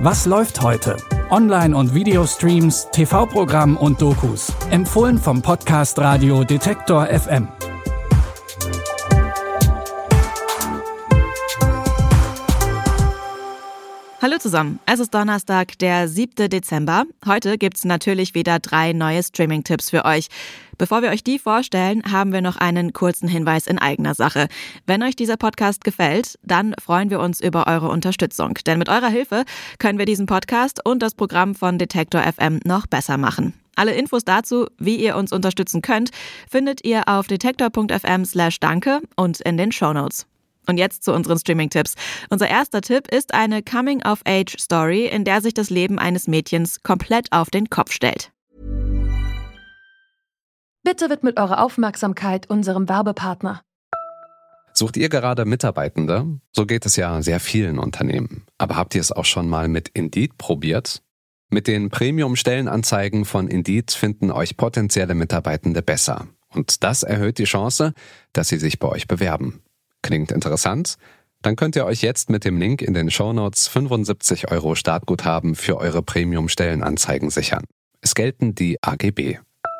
Was läuft heute? Online- und Videostreams, TV-Programm und Dokus. Empfohlen vom Podcast Radio Detektor FM. Hallo zusammen, es ist Donnerstag, der 7. Dezember. Heute gibt's natürlich wieder 3 neue Streaming-Tipps für euch. Bevor wir euch die vorstellen, haben wir noch einen kurzen Hinweis in eigener Sache. Wenn euch dieser Podcast gefällt, dann freuen wir uns über eure Unterstützung. Denn mit eurer Hilfe können wir diesen Podcast und das Programm von Detektor FM noch besser machen. Alle Infos dazu, wie ihr uns unterstützen könnt, findet ihr auf detektor.fm/danke und in den Shownotes. Und jetzt zu unseren Streaming-Tipps. Unser erster Tipp ist eine Coming-of-Age-Story, in der sich das Leben eines Mädchens komplett auf den Kopf stellt. Bitte widmet eure Aufmerksamkeit unserem Werbepartner. Sucht ihr gerade Mitarbeitende? So geht es ja sehr vielen Unternehmen. Aber habt ihr es auch schon mal mit Indeed probiert? Mit den Premium-Stellenanzeigen von Indeed finden euch potenzielle Mitarbeitende besser. Und das erhöht die Chance, dass sie sich bei euch bewerben. Klingt interessant? Dann könnt ihr euch jetzt mit dem Link in den Shownotes 75 € Startguthaben für eure Premium-Stellenanzeigen sichern. Es gelten die AGB.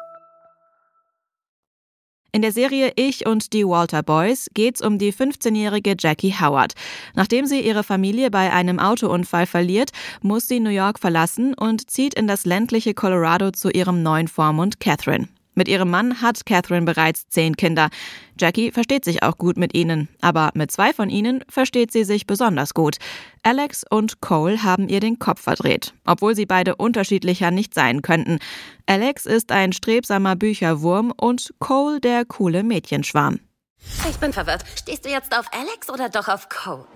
In der Serie Ich und die Walter Boys geht's um die 15-jährige Jackie Howard. Nachdem sie ihre Familie bei einem Autounfall verliert, muss sie New York verlassen und zieht in das ländliche Colorado zu ihrem neuen Vormund Catherine. Mit ihrem Mann hat Catherine bereits 10 Kinder. Jackie versteht sich auch gut mit ihnen, aber mit 2 von ihnen versteht sie sich besonders gut. Alex und Cole haben ihr den Kopf verdreht, obwohl sie beide unterschiedlicher nicht sein könnten. Alex ist ein strebsamer Bücherwurm und Cole der coole Mädchenschwarm. Ich bin verwirrt. Stehst du jetzt auf Alex oder doch auf Cole?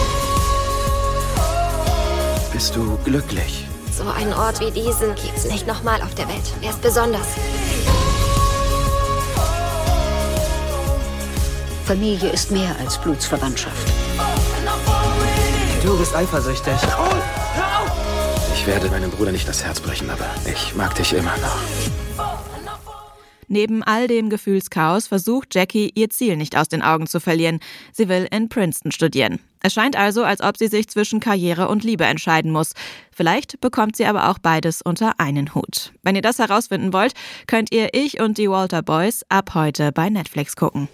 Bist du glücklich? So einen Ort wie diesen gibt's nicht nochmal auf der Welt. Er ist besonders. Familie ist mehr als Blutsverwandtschaft. Du bist eifersüchtig. Ich werde meinem Bruder nicht das Herz brechen, aber ich mag dich immer noch. Neben all dem Gefühlschaos versucht Jackie, ihr Ziel nicht aus den Augen zu verlieren. Sie will in Princeton studieren. Es scheint also, als ob sie sich zwischen Karriere und Liebe entscheiden muss. Vielleicht bekommt sie aber auch beides unter einen Hut. Wenn ihr das herausfinden wollt, könnt ihr Ich und die Walter Boys ab heute bei Netflix gucken.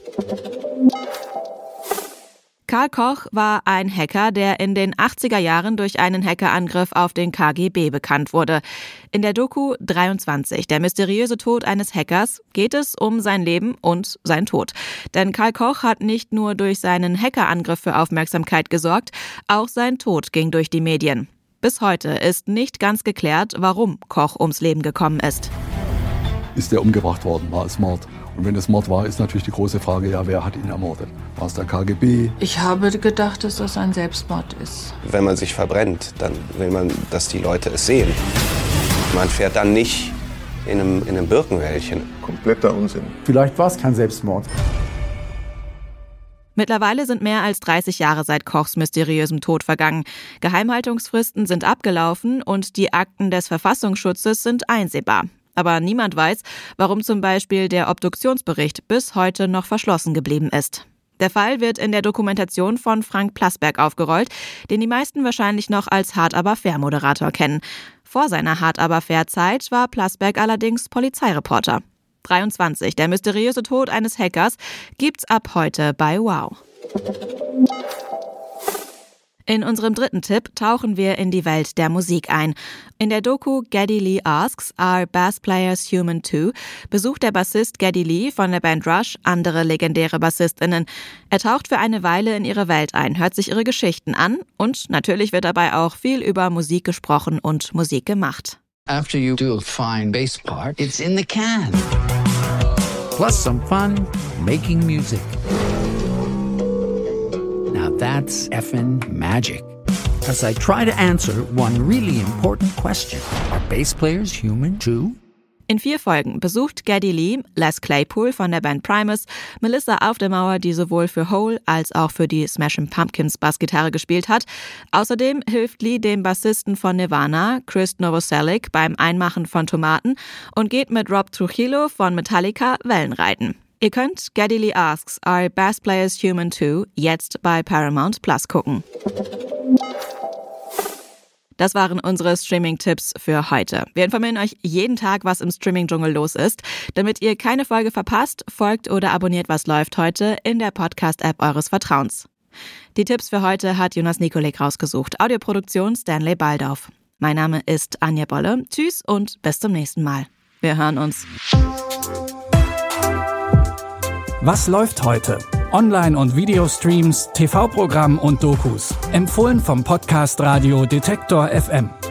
Karl Koch war ein Hacker, der in den 80er Jahren durch einen Hackerangriff auf den KGB bekannt wurde. In der Doku 23, der mysteriöse Tod eines Hackers, geht es um sein Leben und sein Tod. Denn Karl Koch hat nicht nur durch seinen Hackerangriff für Aufmerksamkeit gesorgt, auch sein Tod ging durch die Medien. Bis heute ist nicht ganz geklärt, warum Koch ums Leben gekommen ist. Ist er umgebracht worden? War es Mord? Und wenn es Mord war, ist natürlich die große Frage, ja, wer hat ihn ermordet? War es der KGB? Ich habe gedacht, dass das ein Selbstmord ist. Wenn man sich verbrennt, dann will man, dass die Leute es sehen. Man fährt dann nicht in einem Birkenwäldchen. Kompletter Unsinn. Vielleicht war es kein Selbstmord. Mittlerweile sind mehr als 30 Jahre seit Kochs mysteriösem Tod vergangen. Geheimhaltungsfristen sind abgelaufen und die Akten des Verfassungsschutzes sind einsehbar. Aber niemand weiß, warum zum Beispiel der Obduktionsbericht bis heute noch verschlossen geblieben ist. Der Fall wird in der Dokumentation von Frank Plasberg aufgerollt, den die meisten wahrscheinlich noch als Hart aber fair Moderator kennen. Vor seiner Hart aber fair Zeit war Plasberg allerdings Polizeireporter. 23, der mysteriöse Tod eines Hackers, gibt's ab heute bei Wow. In unserem dritten Tipp tauchen wir in die Welt der Musik ein. In der Doku Geddy Lee Asks, Are Bass Players Human Too? Besucht der Bassist Geddy Lee von der Band Rush andere legendäre BassistInnen. Er taucht für eine Weile in ihre Welt ein, hört sich ihre Geschichten an und natürlich wird dabei auch viel über Musik gesprochen und Musik gemacht. After you do a fine bass part, it's in the can. Plus some fun making music. Now that's effing magic. As I try to answer one really important question. Are bass players human too? In 4 Folgen besucht Geddy Lee Les Claypool von der Band Primus, Melissa Auf der Mauer, die sowohl für Hole als auch für die Smashing Pumpkins Bassgitarre gespielt hat. Außerdem hilft Lee dem Bassisten von Nirvana, Chris Novoselic, beim Einmachen von Tomaten und geht mit Rob Trujillo von Metallica Wellenreiten. Ihr könnt Geddy Lee Asks, Are Bass Players Human Too? Jetzt bei Paramount Plus gucken. Das waren unsere Streaming-Tipps für heute. Wir informieren euch jeden Tag, was im Streaming-Dschungel los ist. Damit ihr keine Folge verpasst, folgt oder abonniert Was läuft heute in der Podcast-App eures Vertrauens. Die Tipps für heute hat Jonas Nikolek rausgesucht. Audioproduktion Stanley Baldauf. Mein Name ist Anja Bolle. Tschüss und bis zum nächsten Mal. Wir hören uns. Was läuft heute? Online- und Videostreams, TV-Programm und Dokus. Empfohlen vom Podcast Radio Detektor FM.